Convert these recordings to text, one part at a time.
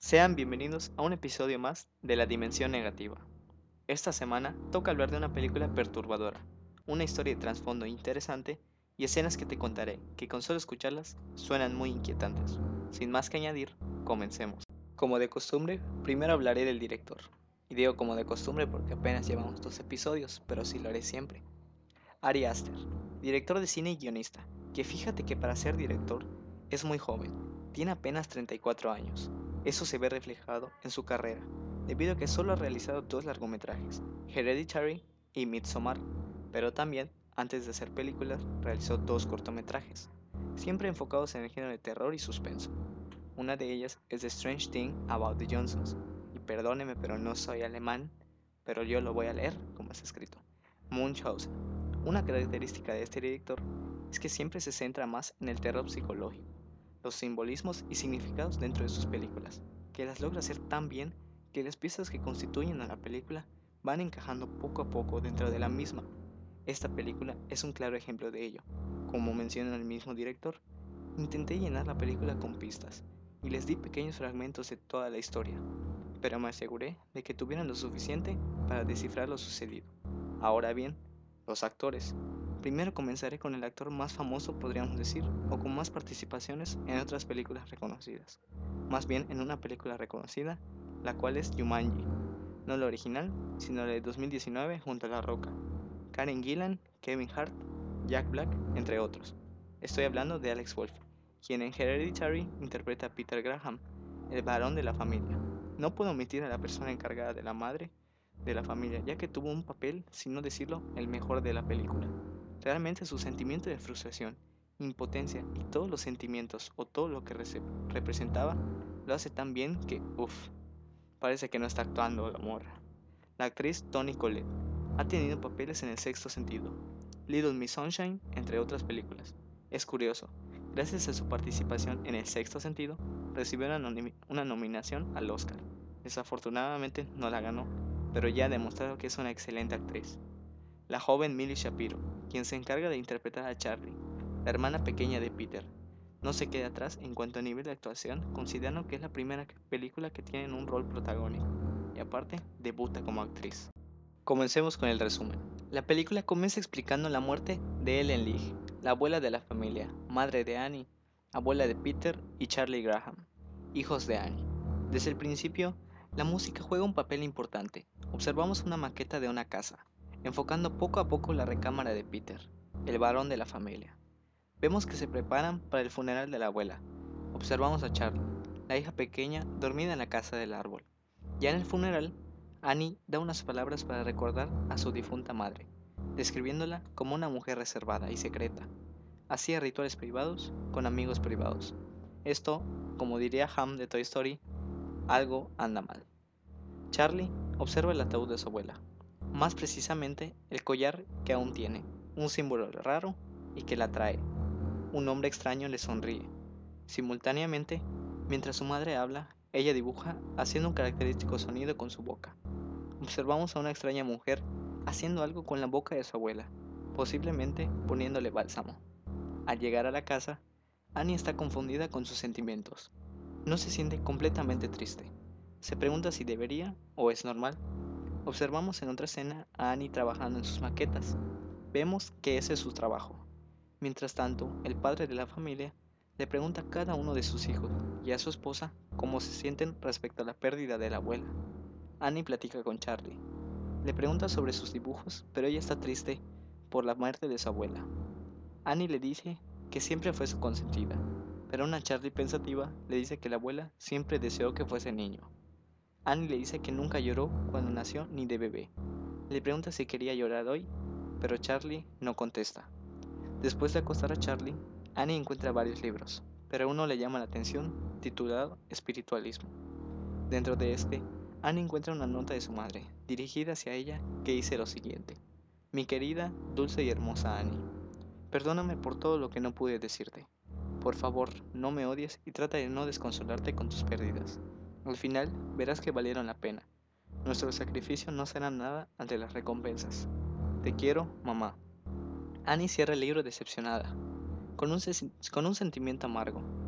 Sean bienvenidos a un episodio más de La Dimensión Negativa. Esta semana toca hablar de una película perturbadora, una historia de trasfondo interesante y escenas que te contaré que con solo escucharlas suenan muy inquietantes. Sin más que añadir, comencemos. Como de costumbre, primero hablaré del director. Y digo como de costumbre porque apenas llevamos 2 episodios, pero sí lo haré siempre. Ari Aster, director de cine y guionista, que fíjate que para ser director es muy joven, tiene apenas 34 años. Eso se ve reflejado en su carrera, debido a que solo ha realizado 2 largometrajes, Hereditary y Midsommar, pero también, antes de hacer películas, realizó 2 cortometrajes, siempre enfocados en el género de terror y suspenso. Una de ellas es The Strange Thing About the Johnsons, y perdóneme pero no soy alemán, pero yo lo voy a leer como está escrito. Munchausen. Una característica de este director es que siempre se centra más en el terror psicológico, los simbolismos y significados dentro de sus películas, que las logra hacer tan bien que las piezas que constituyen a la película van encajando poco a poco dentro de la misma. Esta película es un claro ejemplo de ello. Como menciona el mismo director, intenté llenar la película con pistas y les di pequeños fragmentos de toda la historia, pero me aseguré de que tuvieran lo suficiente para descifrar lo sucedido. Ahora bien, los actores. Primero comenzaré con el actor más famoso, podríamos decir, o con más participaciones en otras películas reconocidas. Más bien en una película reconocida, la cual es Jumanji. No la original, sino la de 2019 junto a La Roca, Karen Gillan, Kevin Hart, Jack Black, entre otros. Estoy hablando de Alex Wolff, quien en Hereditary interpreta a Peter Graham, el varón de la familia. No puedo omitir a la persona encargada de la madre de la familia, ya que tuvo un papel, sin no decirlo, el mejor de la película. Realmente su sentimiento de frustración, impotencia y todos los sentimientos o todo lo que representaba lo hace tan bien que, uff, parece que no está actuando la morra. La actriz Toni Collette ha tenido papeles en El Sexto Sentido, Little Miss Sunshine, entre otras películas. Es curioso, gracias a su participación en El Sexto Sentido, recibió una nominación al Oscar. Desafortunadamente no la ganó, pero ya ha demostrado que es una excelente actriz. La joven Millie Shapiro, quien se encarga de interpretar a Charlie, la hermana pequeña de Peter, no se queda atrás en cuanto a nivel de actuación, considerando que es la primera película que tiene un rol protagónico, y aparte, debuta como actriz. Comencemos con el resumen. La película comienza explicando la muerte de Ellen Leigh, la abuela de la familia, madre de Annie, abuela de Peter y Charlie Graham, hijos de Annie. Desde el principio, la música juega un papel importante. Observamos una maqueta de una casa, enfocando poco a poco la recámara de Peter, el varón de la familia. Vemos que se preparan para el funeral de la abuela. Observamos a Charlie, la hija pequeña, dormida en la casa del árbol. Ya en el funeral, Annie da unas palabras para recordar a su difunta madre, describiéndola como una mujer reservada y secreta. Hacía rituales privados con amigos privados. Esto, como diría Ham de Toy Story, algo anda mal. Charlie observa el ataúd de su abuela, más precisamente el collar que aún tiene, un símbolo raro y que la atrae. Un hombre extraño le sonríe. Simultáneamente, mientras su madre habla, ella dibuja haciendo un característico sonido con su boca. Observamos a una extraña mujer haciendo algo con la boca de su abuela, posiblemente poniéndole bálsamo. Al llegar a la casa, Annie está confundida con sus sentimientos. No se siente completamente triste. Se pregunta si debería o es normal. Observamos en otra escena a Annie trabajando en sus maquetas. Vemos que ese es su trabajo. Mientras tanto, el padre de la familia le pregunta a cada uno de sus hijos y a su esposa cómo se sienten respecto a la pérdida de la abuela. Annie platica con Charlie. Le pregunta sobre sus dibujos, pero ella está triste por la muerte de su abuela. Annie le dice que siempre fue su consentida, pero una Charlie pensativa le dice que la abuela siempre deseó que fuese niño. Annie le dice que nunca lloró cuando nació ni de bebé. Le pregunta si quería llorar hoy, pero Charlie no contesta. Después de acostar a Charlie, Annie encuentra varios libros, pero uno le llama la atención, titulado Espiritualismo. Dentro de este, Annie encuentra una nota de su madre, dirigida hacia ella, que dice lo siguiente: Mi querida, dulce y hermosa Annie, perdóname por todo lo que no pude decirte. Por favor, no me odies y trata de no desconsolarte con tus pérdidas. Al final, verás que valieron la pena. Nuestro sacrificio no será nada ante las recompensas. Te quiero, mamá. Annie cierra el libro decepcionada, con un sentimiento amargo.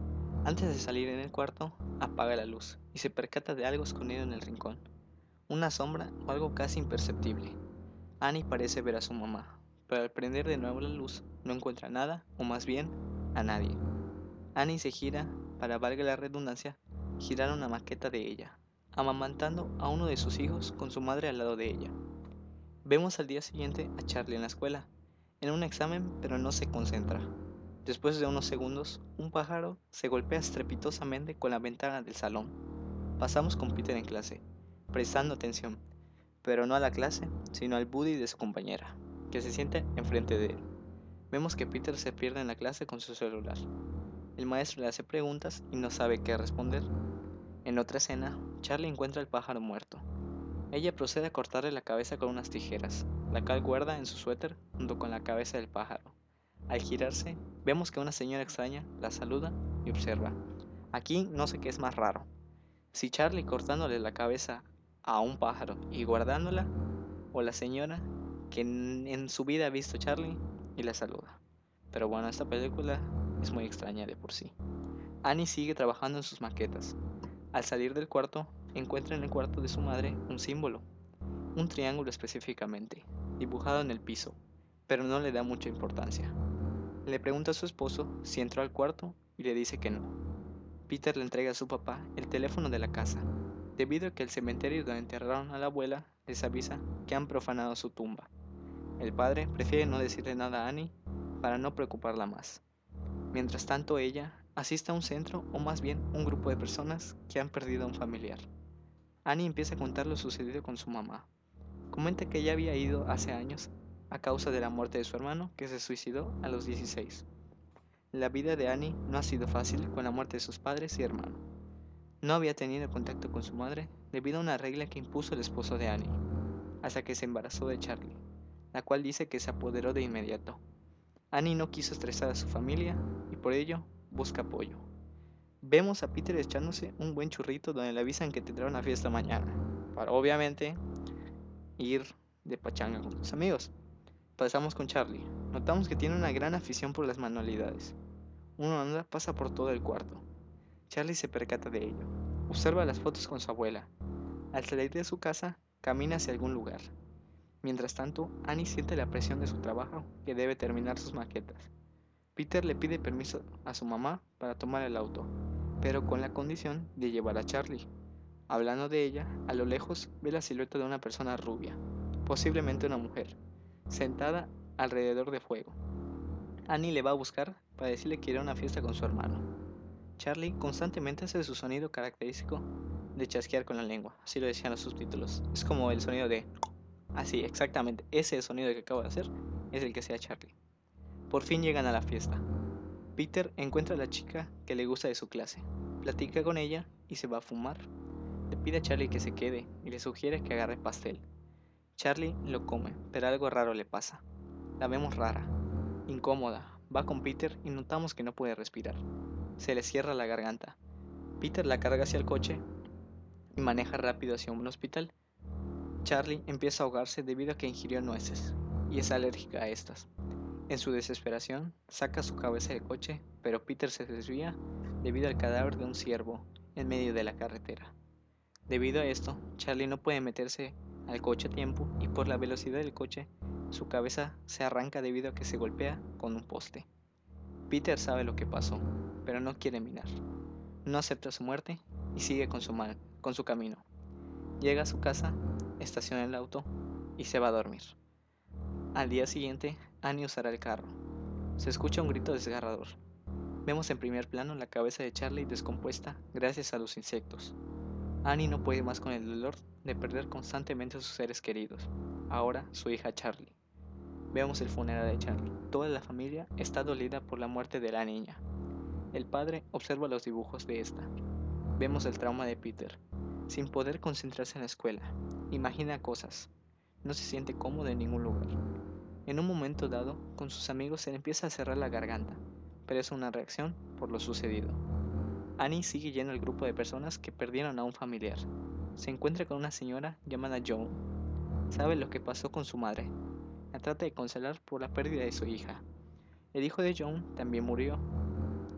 Antes de salir en el cuarto, apaga la luz y se percata de algo escondido en el rincón, una sombra o algo casi imperceptible. Annie parece ver a su mamá, pero al prender de nuevo la luz no encuentra nada, o más bien, a nadie. Annie se gira para, valga la redundancia, girar una maqueta de ella, amamantando a uno de sus hijos con su madre al lado de ella. Vemos al día siguiente a Charlie en la escuela, en un examen, pero no se concentra. Después de unos segundos, un pájaro se golpea estrepitosamente con la ventana del salón. Pasamos con Peter en clase, prestando atención, pero no a la clase, sino al buddy de su compañera, que se siente enfrente de él. Vemos que Peter se pierde en la clase con su celular. El maestro le hace preguntas y no sabe qué responder. En otra escena, Charlie encuentra al pájaro muerto. Ella procede a cortarle la cabeza con unas tijeras, la cual guarda en su suéter junto con la cabeza del pájaro. Al girarse, vemos que una señora extraña la saluda y observa. Aquí no sé qué es más raro, si Charlie cortándole la cabeza a un pájaro y guardándola, o la señora que en su vida ha visto a Charlie y la saluda. Pero bueno, esta película es muy extraña de por sí. Annie sigue trabajando en sus maquetas. Al salir del cuarto, encuentra en el cuarto de su madre un símbolo, un triángulo específicamente, dibujado en el piso, pero no le da mucha importancia. Le pregunta a su esposo si entró al cuarto y le dice que no. Peter le entrega a su papá el teléfono de la casa, debido a que el cementerio donde enterraron a la abuela les avisa que han profanado su tumba. El padre prefiere no decirle nada a Annie para no preocuparla más. Mientras tanto ella asiste a un centro, o más bien un grupo de personas que han perdido a un familiar. Annie empieza a contar lo sucedido con su mamá. Comenta que ya había ido hace años a causa de la muerte de su hermano, que se suicidó a los 16. La vida de Annie no ha sido fácil con la muerte de sus padres y hermano. No había tenido contacto con su madre debido a una regla que impuso el esposo de Annie, hasta que se embarazó de Charlie, la cual dice que se apoderó de inmediato. Annie no quiso estresar a su familia y por ello busca apoyo. Vemos a Peter echándose un buen churrito donde le avisan que tendrá una fiesta mañana, para obviamente ir de pachanga con sus amigos. Pasamos con Charlie. Notamos que tiene una gran afición por las manualidades. Una onda pasa por todo el cuarto. Charlie se percata de ello. Observa las fotos con su abuela. Al salir de su casa, camina hacia algún lugar. Mientras tanto, Annie siente la presión de su trabajo que debe terminar sus maquetas. Peter le pide permiso a su mamá para tomar el auto, pero con la condición de llevar a Charlie. Hablando de ella, a lo lejos ve la silueta de una persona rubia, posiblemente una mujer, sentada alrededor de fuego. Annie le va a buscar para decirle que irá a una fiesta con su hermano. Charlie constantemente hace su sonido característico de chasquear con la lengua, así lo decían los subtítulos. Es como el sonido de... Así, exactamente, ese sonido que acabo de hacer es el que hacía Charlie. Por fin llegan a la fiesta. Peter encuentra a la chica que le gusta de su clase, platica con ella y se va a fumar. Le pide a Charlie que se quede y le sugiere que agarre pastel. Charlie lo come, pero algo raro le pasa. La vemos rara, incómoda, va con Peter y notamos que no puede respirar. Se le cierra la garganta. Peter la carga hacia el coche y maneja rápido hacia un hospital. Charlie empieza a ahogarse debido a que ingirió nueces y es alérgica a estas. En su desesperación, saca su cabeza del coche, pero Peter se desvía debido al cadáver de un ciervo en medio de la carretera. Debido a esto, Charlie no puede meterse al coche a tiempo y por la velocidad del coche, su cabeza se arranca debido a que se golpea con un poste. Peter sabe lo que pasó, pero no quiere mirar. No acepta su muerte y sigue con su camino. Llega a su casa, estaciona el auto y se va a dormir. Al día siguiente, Annie usará el carro. Se escucha un grito desgarrador. Vemos en primer plano la cabeza de Charlie descompuesta gracias a los insectos. Annie no puede más con el dolor de perder constantemente a sus seres queridos. Ahora su hija Charlie. Vemos el funeral de Charlie. Toda la familia está dolida por la muerte de la niña. El padre observa los dibujos de esta. Vemos el trauma de Peter. Sin poder concentrarse en la escuela, imagina cosas. No se siente cómodo en ningún lugar. En un momento dado, con sus amigos se le empieza a cerrar la garganta, pero es una reacción por lo sucedido. Annie sigue yendo al grupo de personas que perdieron a un familiar. Se encuentra con una señora llamada Joan. Sabe lo que pasó con su madre. La trata de consolar por la pérdida de su hija. El hijo de Joan también murió.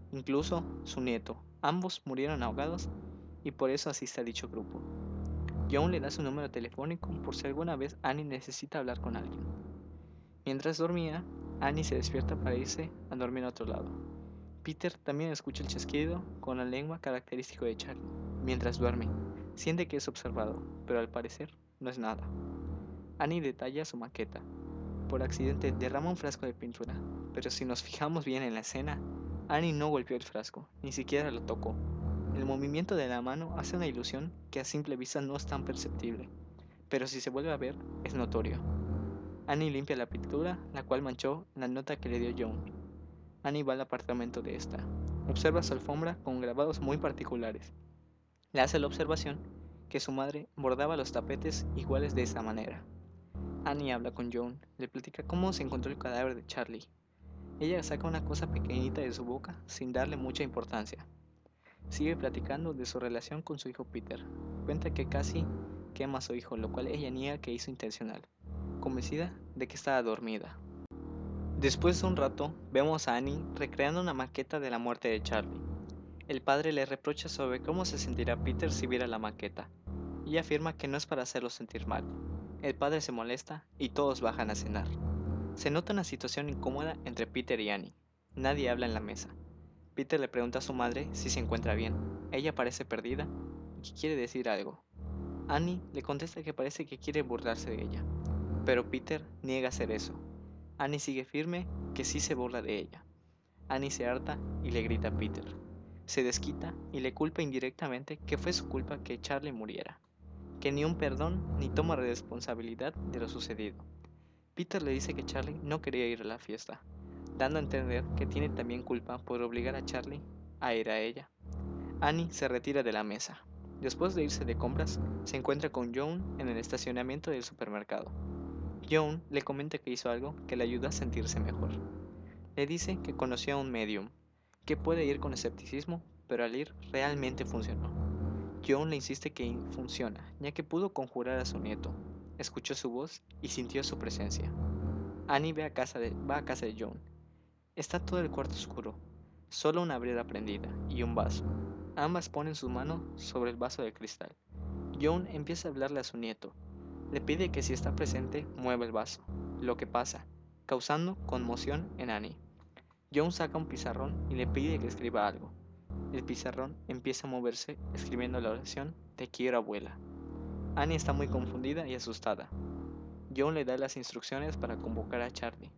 incluso su nieto. Ambos murieron ahogados y por eso asiste a dicho grupo. John le da su número telefónico por si alguna vez Annie necesita hablar con alguien. Mientras dormía, Annie se despierta para irse a dormir a otro lado. Peter también escucha el chasquido con la lengua característico de Charlie. Mientras duerme, siente que es observado, pero al parecer no es nada. Annie detalla su maqueta. Por accidente derrama un frasco de pintura, pero si nos fijamos bien en la escena, Annie no golpeó el frasco, ni siquiera lo tocó. El movimiento de la mano hace una ilusión que a simple vista no es tan perceptible, pero si se vuelve a ver, es notorio. Annie limpia la pintura, la cual manchó la nota que le dio John. Annie va al apartamento de esta. Observa su alfombra con grabados muy particulares. Le hace la observación que su madre bordaba los tapetes iguales de esa manera. Annie habla con John, le platica cómo se encontró el cadáver de Charlie. Ella saca una cosa pequeñita de su boca sin darle mucha importancia. Sigue platicando de su relación con su hijo Peter. Cuenta que casi quema a su hijo, lo cual ella niega que hizo intencional, convencida de que estaba dormida. Después de un rato, vemos a Annie recreando una maqueta de la muerte de Charlie. El padre le reprocha sobre cómo se sentirá Peter si viera la maqueta. Ella afirma que no es para hacerlo sentir mal. El padre se molesta y todos bajan a cenar. Se nota una situación incómoda entre Peter y Annie. Nadie habla en la mesa. Peter le pregunta a su madre si se encuentra bien. Ella parece perdida y que quiere decir algo. Annie le contesta que parece que quiere burlarse de ella, pero Peter niega hacer eso. Annie sigue firme que sí se burla de ella. Annie se harta y le grita a Peter. Se desquita y le culpa indirectamente que fue su culpa que Charlie muriera, que ni un perdón ni toma responsabilidad de lo sucedido. Peter le dice que Charlie no quería ir a la fiesta, dando a entender que tiene también culpa por obligar a Charlie a ir a ella. Annie se retira de la mesa. Después de irse de compras, se encuentra con John en el estacionamiento del supermercado. John le comenta que hizo algo que le ayuda a sentirse mejor. Le dice que conoció a un medium, que puede ir con escepticismo, pero al ir realmente funcionó. John le insiste que funciona, ya que pudo conjurar a su nieto, escuchó su voz y sintió su presencia. Annie va a casa de John. Está todo el cuarto oscuro, solo una brida prendida y un vaso. Ambas ponen su mano sobre el vaso de cristal. John empieza a hablarle a su nieto. Le pide que si está presente, mueva el vaso, lo que pasa, causando conmoción en Annie. John saca un pizarrón y le pide que escriba algo. El pizarrón empieza a moverse escribiendo la oración Te quiero abuela. Annie está muy confundida y asustada. John le da las instrucciones para convocar a Charlie.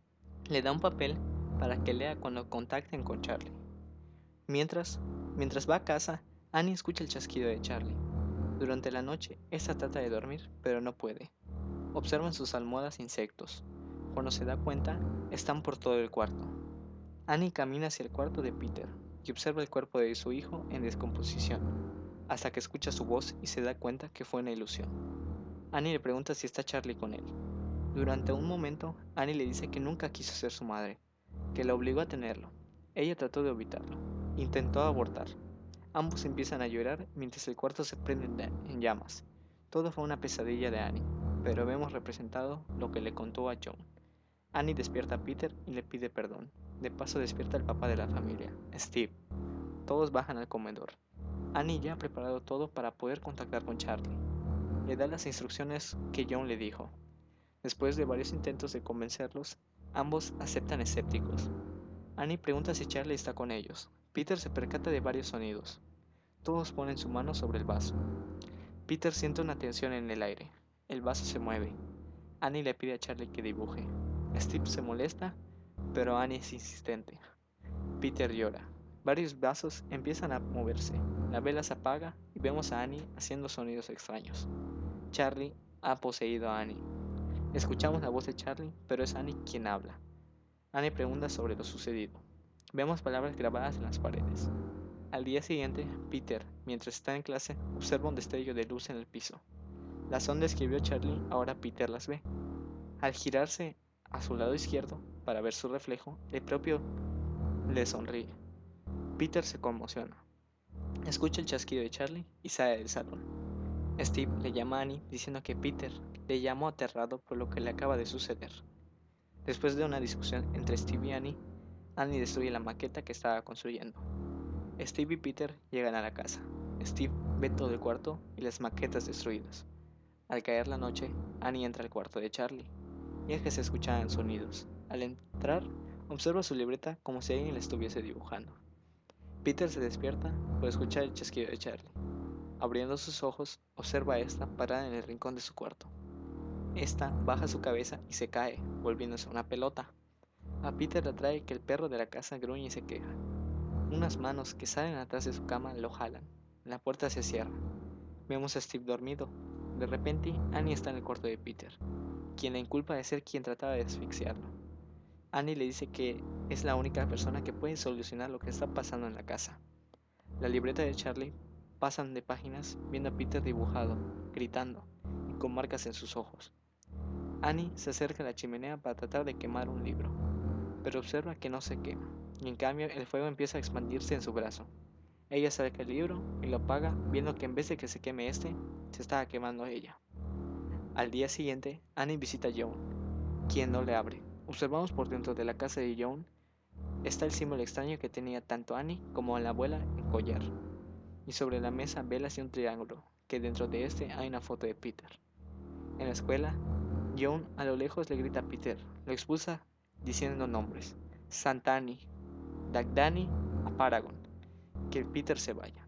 Le da un papel para que lea cuando contacten con Charlie. Mientras, mientras va a casa, Annie escucha el chasquido de Charlie. Durante la noche, esta trata de dormir, pero no puede. Observa en sus almohadas insectos. Cuando se da cuenta, están por todo el cuarto. Annie camina hacia el cuarto de Peter y observa el cuerpo de su hijo en descomposición, hasta que escucha su voz y se da cuenta que fue una ilusión. Annie le pregunta si está Charlie con él. Durante un momento, Annie le dice que nunca quiso ser su madre, que la obligó a tenerlo. Ella trató de evitarlo. Intentó abortar. Ambos empiezan a llorar mientras el cuarto se prende en llamas. Todo fue una pesadilla de Annie, pero vemos representado lo que le contó a John. Annie despierta a Peter y le pide perdón. De paso despierta al papá de la familia, Steve. Todos bajan al comedor. Annie ya ha preparado todo para poder contactar con Charlie. Le da las instrucciones que John le dijo. Después de varios intentos de convencerlos, ambos aceptan escépticos. Annie pregunta si Charlie está con ellos. Peter se percata de varios sonidos. Todos ponen su mano sobre el vaso. Peter siente una tensión en el aire. El vaso se mueve. Annie le pide a Charlie que dibuje. Steve se molesta, pero Annie es insistente. Peter llora. Varios vasos empiezan a moverse. La vela se apaga y vemos a Annie haciendo sonidos extraños. Charlie ha poseído a Annie. Escuchamos la voz de Charlie, pero es Annie quien habla. Annie pregunta sobre lo sucedido. Vemos palabras grabadas en las paredes. Al día siguiente, Peter, mientras está en clase, observa un destello de luz en el piso. Las ondas que vio Charlie, ahora Peter las ve. Al girarse a su lado izquierdo para ver su reflejo, el propio le sonríe. Peter se conmociona. Escucha el chasquido de Charlie y sale del salón. Steve le llama a Annie diciendo que Peter le llamó aterrado por lo que le acaba de suceder. Después de una discusión entre Steve y Annie, Annie destruye la maqueta que estaba construyendo. Steve y Peter llegan a la casa. Steve ve todo el cuarto y las maquetas destruidas. Al caer la noche, Annie entra al cuarto de Charlie, ya que se escuchaban sonidos. Al entrar, observa su libreta como si alguien le estuviese dibujando. Peter se despierta por escuchar el chasquido de Charlie. Abriendo sus ojos, observa a esta parada en el rincón de su cuarto. Esta baja su cabeza y se cae, volviéndose una pelota. A Peter le atrae que el perro de la casa gruñe y se queja. Unas manos que salen atrás de su cama lo jalan. La puerta se cierra. Vemos a Steve dormido. De repente, Annie está en el cuarto de Peter, quien la inculpa de ser quien trataba de asfixiarlo. Annie le dice que es la única persona que puede solucionar lo que está pasando en la casa. La libreta de Charlie pasan de páginas viendo a Peter dibujado, gritando y con marcas en sus ojos. Annie se acerca a la chimenea para tratar de quemar un libro, pero observa que no se quema, y en cambio el fuego empieza a expandirse en su brazo. Ella saca el libro y lo apaga, viendo que en vez de que se queme este, se estaba quemando ella. Al día siguiente, Annie visita a Joan, quien no le abre. Observamos por dentro de la casa de Joan está el símbolo extraño que tenía tanto Annie como la abuela en collar, y sobre la mesa velas y un triángulo, que dentro de este hay una foto de Peter. En la escuela, Joan a lo lejos le grita a Peter, lo expulsa diciendo nombres: Santani, Dagdani, a Paragon, que Peter se vaya.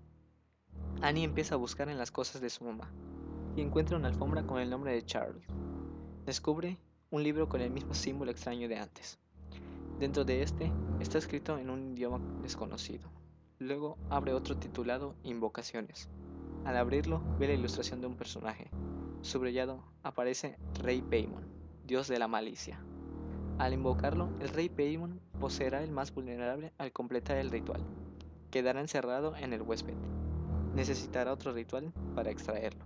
Annie empieza a buscar en las cosas de su mamá y encuentra una alfombra con el nombre de Charles. Descubre un libro con el mismo símbolo extraño de antes. Dentro de este está escrito en un idioma desconocido. Luego abre otro titulado Invocaciones. Al abrirlo ve la ilustración de un personaje. Subrayado aparece Rey Paimon, dios de la malicia. Al invocarlo, el Rey Paimon poseerá el más vulnerable al completar el ritual. Quedará encerrado en el huésped. Necesitará otro ritual para extraerlo.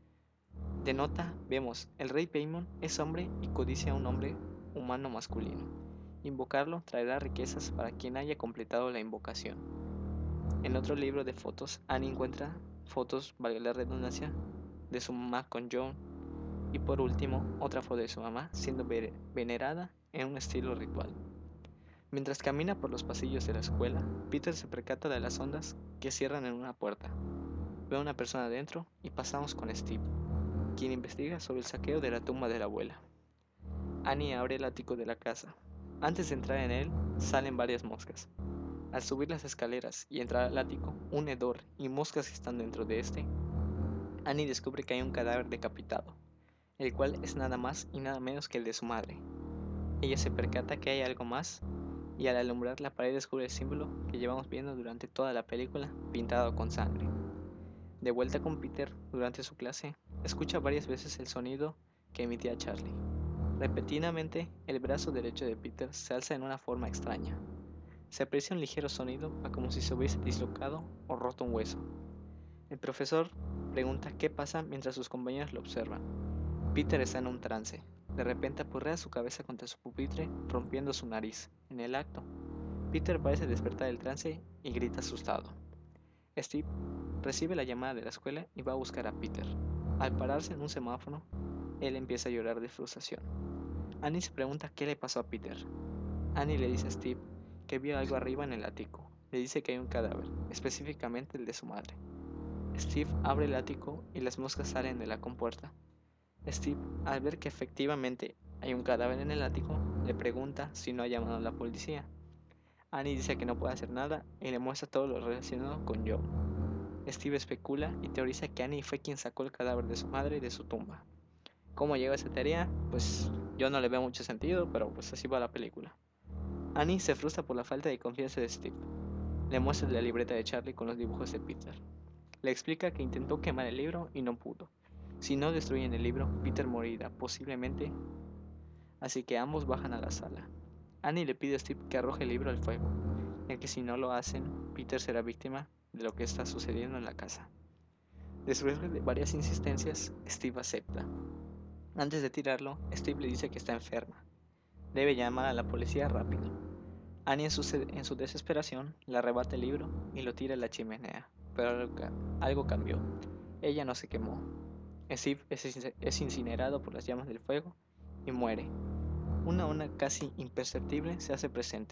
De nota, vemos, el Rey Paimon es hombre y codicia a un hombre humano masculino. Invocarlo traerá riquezas para quien haya completado la invocación. En otro libro de fotos, Annie encuentra fotos, valga la redundancia, de su mamá con John, y por último, otra foto de su mamá siendo venerada en un estilo ritual. Mientras camina por los pasillos de la escuela, Peter se percata de las ondas que cierran en una puerta. Ve a una persona dentro y pasamos con Steve, quien investiga sobre el saqueo de la tumba de la abuela. Annie abre el ático de la casa. Antes de entrar en él, salen varias moscas. Al subir las escaleras y entrar al ático, un hedor y moscas que están dentro de este, Annie descubre que hay un cadáver decapitado, el cual es nada más y nada menos que el de su madre. Ella se percata que hay algo más y al alumbrar la pared descubre el símbolo que llevamos viendo durante toda la película, pintado con sangre. De vuelta con Peter durante su clase, escucha varias veces el sonido que emitía Charlie. Repentinamente, el brazo derecho de Peter se alza en una forma extraña. Se aprecia un ligero sonido a como si se hubiese dislocado o roto un hueso. El profesor pregunta qué pasa mientras sus compañeros lo observan. Peter está en un trance. De repente apurrea su cabeza contra su pupitre, rompiendo su nariz. En el acto, Peter parece despertar del trance y grita asustado. Steve recibe la llamada de la escuela y va a buscar a Peter. Al pararse en un semáforo, él empieza a llorar de frustración. Annie se pregunta qué le pasó a Peter. Annie le dice a Steve que vio algo arriba en el ático. Le dice que hay un cadáver, específicamente el de su madre. Steve abre el ático y las moscas salen de la compuerta. Steve, al ver que efectivamente hay un cadáver en el ático, le pregunta si no ha llamado a la policía. Annie dice que no puede hacer nada y le muestra todo lo relacionado con Joe. Steve especula y teoriza que Annie fue quien sacó el cadáver de su madre de su tumba. ¿Cómo llegó a esa teoría? Pues yo no le veo mucho sentido, pero pues así va la película. Annie se frustra por la falta de confianza de Steve. Le muestra la libreta de Charlie con los dibujos de Peter. Le explica que intentó quemar el libro y no pudo. Si no destruyen el libro, Peter morirá posiblemente, así que ambos bajan a la sala. Annie le pide a Steve que arroje el libro al fuego, ya que si no lo hacen, Peter será víctima de lo que está sucediendo en la casa. Después de varias insistencias, Steve acepta. Antes de tirarlo, Steve le dice que está enferma. Debe llamar a la policía rápido. Annie en su desesperación le arrebata el libro y lo tira a la chimenea, pero algo cambió. Ella no se quemó. Steve es incinerado por las llamas del fuego y muere. Una onda casi imperceptible se hace presente.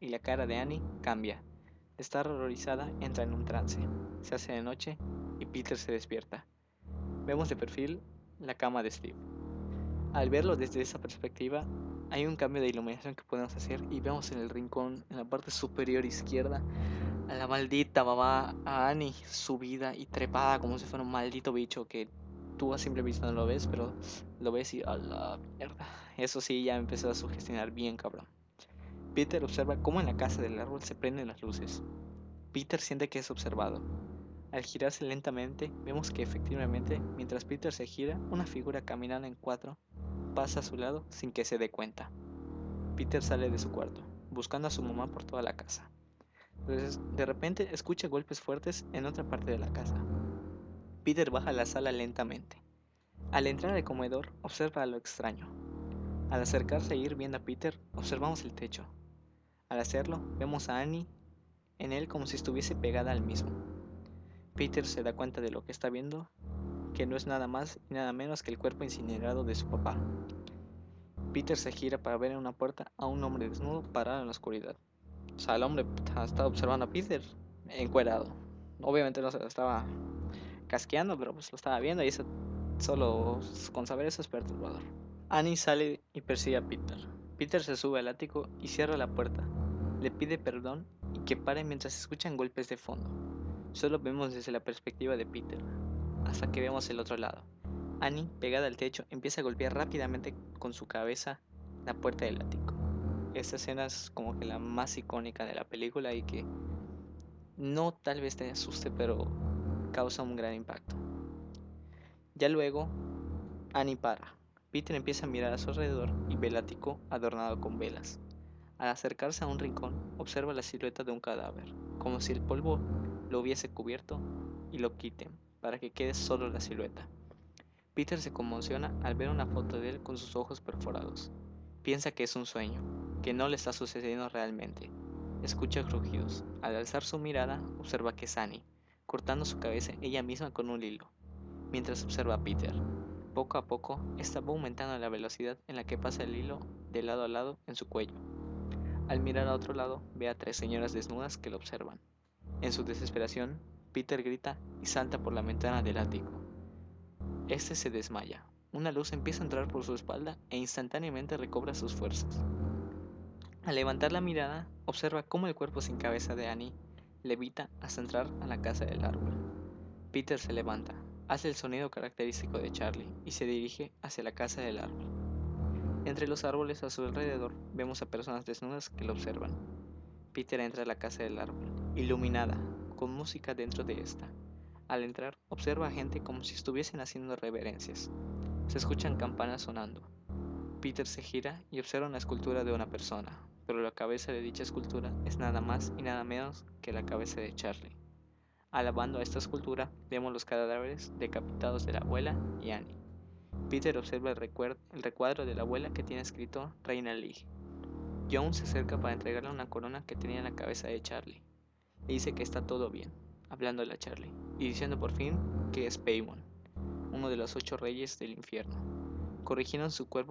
y la cara de Annie cambia. De estar horrorizada, entra en un trance. Se hace de noche y Peter se despierta. Vemos de perfil la cama de Steve. Al verlo desde esa perspectiva, hay un cambio de iluminación que podemos hacer y vemos en el rincón, en la parte superior izquierda, a la maldita mamá, a Annie subida y trepada como si fuera un maldito bicho que tú a simple vista no lo ves, pero lo ves y a la mierda. Eso sí, ya me empezó a sugestionar bien cabrón. Peter observa cómo en la casa del árbol se prenden las luces. Peter siente que es observado. Al girarse lentamente, vemos que efectivamente, mientras Peter se gira, una figura caminando en cuatro pasa a su lado sin que se dé cuenta. Peter sale de su cuarto, buscando a su mamá por toda la casa. Entonces, de repente, escucha golpes fuertes en otra parte de la casa. Peter baja a la sala lentamente. Al entrar al comedor, observa lo extraño. Al acercarse e ir viendo a Peter, observamos el techo. Al hacerlo, vemos a Annie en él como si estuviese pegada al mismo. Peter se da cuenta de lo que está viendo, que no es nada más y nada menos que el cuerpo incinerado de su papá. Peter se gira para ver en una puerta a un hombre desnudo parado en la oscuridad. O sea, el hombre estaba observando a Peter encuerado. Obviamente no se lo estaba casqueando, pero pues lo estaba viendo y eso solo con saber eso es perturbador. Annie sale y persigue a Peter. Peter se sube al ático y cierra la puerta. Le pide perdón y que pare mientras se escuchan golpes de fondo. Solo vemos desde la perspectiva de Peter, hasta que vemos el otro lado. Annie, pegada al techo, empieza a golpear rápidamente con su cabeza la puerta del ático. Esta escena es como que la más icónica de la película y que no tal vez te asuste, pero causa un gran impacto. Ya luego, Annie para. Peter empieza a mirar a su alrededor y ve el ático adornado con velas. Al acercarse a un rincón, observa la silueta de un cadáver, como si el polvo lo hubiese cubierto y lo quiten, para que quede solo la silueta. Peter se conmociona al ver una foto de él con sus ojos perforados. Piensa que es un sueño, que no le está sucediendo realmente. Escucha crujidos. Al alzar su mirada, observa que es Annie, cortando su cabeza ella misma con un hilo, mientras observa a Peter. Poco a poco, esta va aumentando la velocidad en la que pasa el hilo de lado a lado en su cuello. Al mirar a otro lado, ve a tres señoras desnudas que lo observan. En su desesperación, Peter grita y salta por la ventana del ático. Este se desmaya. Una luz empieza a entrar por su espalda e instantáneamente recobra sus fuerzas. Al levantar la mirada, observa cómo el cuerpo sin cabeza de Annie levita hasta entrar a la casa del árbol. Peter se levanta, hace el sonido característico de Charlie y se dirige hacia la casa del árbol. Entre los árboles a su alrededor vemos a personas desnudas que lo observan. Peter entra a la casa del árbol, iluminada, con música dentro de esta. Al entrar, observa a gente como si estuviesen haciendo reverencias. Se escuchan campanas sonando. Peter se gira y observa una escultura de una persona, pero la cabeza de dicha escultura es nada más y nada menos que la cabeza de Charlie. Alabando a esta escultura, vemos los cadáveres decapitados de la abuela y Annie. Peter observa el recuadro de la abuela que tiene escrito Reina Lee. Jones se acerca para entregarle una corona que tenía en la cabeza de Charlie. Le dice que está todo bien, hablándole a Charlie, y diciendo por fin que es Paimon, uno de los 8 reyes del infierno. Corrigieron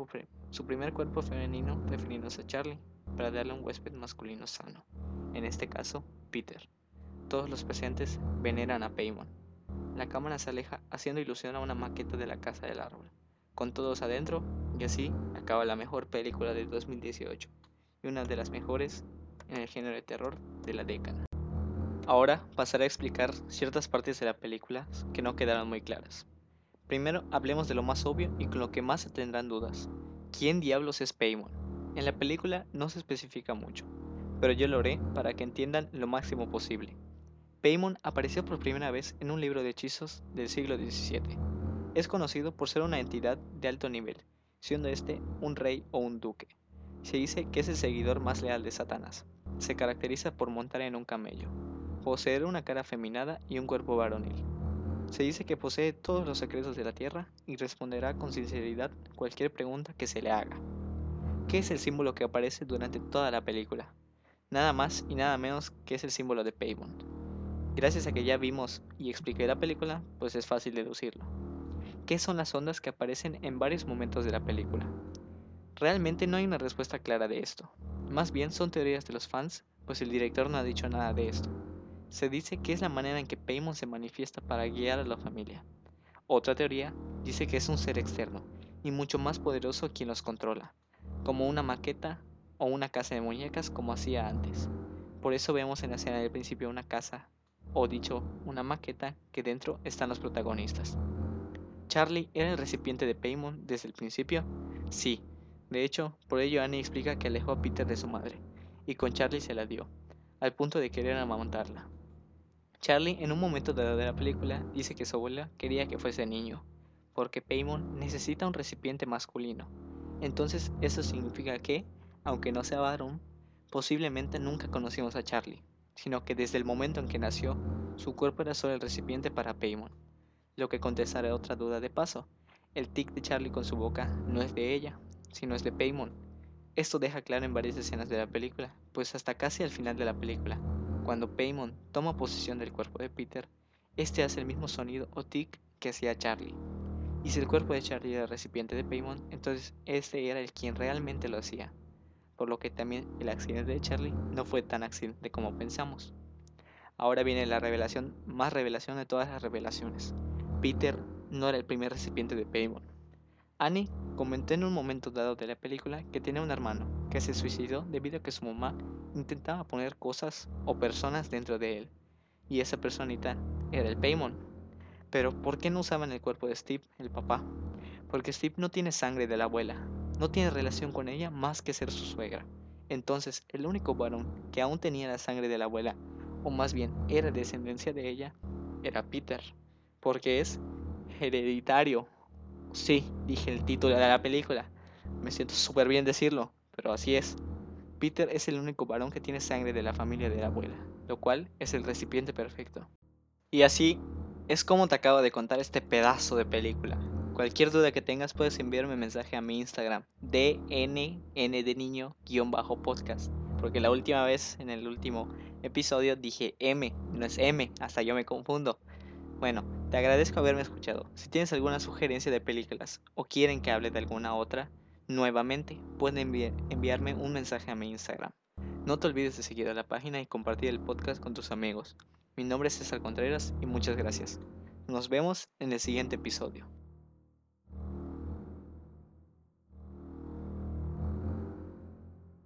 su primer cuerpo femenino refiriéndose a Charlie para darle un huésped masculino sano, en este caso, Peter. Todos los presentes veneran a Paimon. La cámara se aleja haciendo ilusión a una maqueta de la casa del árbol, con todos adentro, y así acaba la mejor película de 2018 y una de las mejores en el género de terror de la década. Ahora pasaré a explicar ciertas partes de la película que no quedaron muy claras. Primero hablemos de lo más obvio y con lo que más se tendrán dudas. ¿Quién diablos es Paimon? En la película no se especifica mucho, pero yo lo haré para que entiendan lo máximo posible. Paimon apareció por primera vez en un libro de hechizos del siglo XVII. Es conocido por ser una entidad de alto nivel, siendo este un rey o un duque. Se dice que es el seguidor más leal de Satanás. Se caracteriza por montar en un camello, poseer una cara afeminada y un cuerpo varonil. Se dice que posee todos los secretos de la tierra y responderá con sinceridad cualquier pregunta que se le haga. ¿Qué es el símbolo que aparece durante toda la película? Nada más y nada menos que es el símbolo de Paimon. Gracias a que ya vimos y expliqué la película, pues es fácil deducirlo. ¿Qué son las ondas que aparecen en varios momentos de la película? Realmente no hay una respuesta clara de esto. Más bien son teorías de los fans, pues el director no ha dicho nada de esto. Se dice que es la manera en que Paimon se manifiesta para guiar a la familia. Otra teoría dice que es un ser externo y mucho más poderoso quien los controla, como una maqueta o una casa de muñecas como hacía antes. Por eso vemos en la escena del principio una casa, o dicho, una maqueta que dentro están los protagonistas. ¿Charlie era el recipiente de Paimon desde el principio? Sí. De hecho, por ello Annie explica que alejó a Peter de su madre, y con Charlie se la dio, al punto de querer amamantarla. Charlie, en un momento dado de la película, dice que su abuela quería que fuese niño, porque Paimon necesita un recipiente masculino. Entonces, eso significa que, aunque no sea varón, posiblemente nunca conocimos a Charlie, sino que desde el momento en que nació, su cuerpo era solo el recipiente para Paimon. Lo que contestará otra duda de paso. El tic de Charlie con su boca no es de ella, sino es de Paimon. Esto deja claro en varias escenas de la película, pues hasta casi al final de la película, cuando Paimon toma posesión del cuerpo de Peter, este hace el mismo sonido o tic que hacía Charlie. Y si el cuerpo de Charlie era el recipiente de Paimon, entonces este era el quien realmente lo hacía, por lo que también el accidente de Charlie no fue tan accidente como pensamos. Ahora viene la revelación más revelación de todas las revelaciones. Peter no era el primer recipiente de Paimon. Annie comentó en un momento dado de la película que tenía un hermano que se suicidó debido a que su mamá intentaba poner cosas o personas dentro de él, y esa personita era el Paimon. Pero ¿por qué no usaban el cuerpo de Steve, el papá? Porque Steve no tiene sangre de la abuela, no tiene relación con ella más que ser su suegra. Entonces, el único varón que aún tenía la sangre de la abuela, o más bien era descendencia de ella, era Peter, porque es hereditario. Sí, dije el título de la película. Me siento súper bien decirlo, pero así es. Peter es el único varón que tiene sangre de la familia de la abuela, lo cual es el recipiente perfecto. Y así es como te acabo de contar este pedazo de película. Cualquier duda que tengas puedes enviarme mensaje a mi Instagram, DNN de niño podcast, porque la última vez en el último episodio dije M, no es M, hasta yo me confundo. Bueno, te agradezco haberme escuchado. Si tienes alguna sugerencia de películas o quieren que hable de alguna otra, nuevamente pueden enviarme un mensaje a mi Instagram. No te olvides de seguir a la página y compartir el podcast con tus amigos. Mi nombre es César Contreras y muchas gracias. Nos vemos en el siguiente episodio.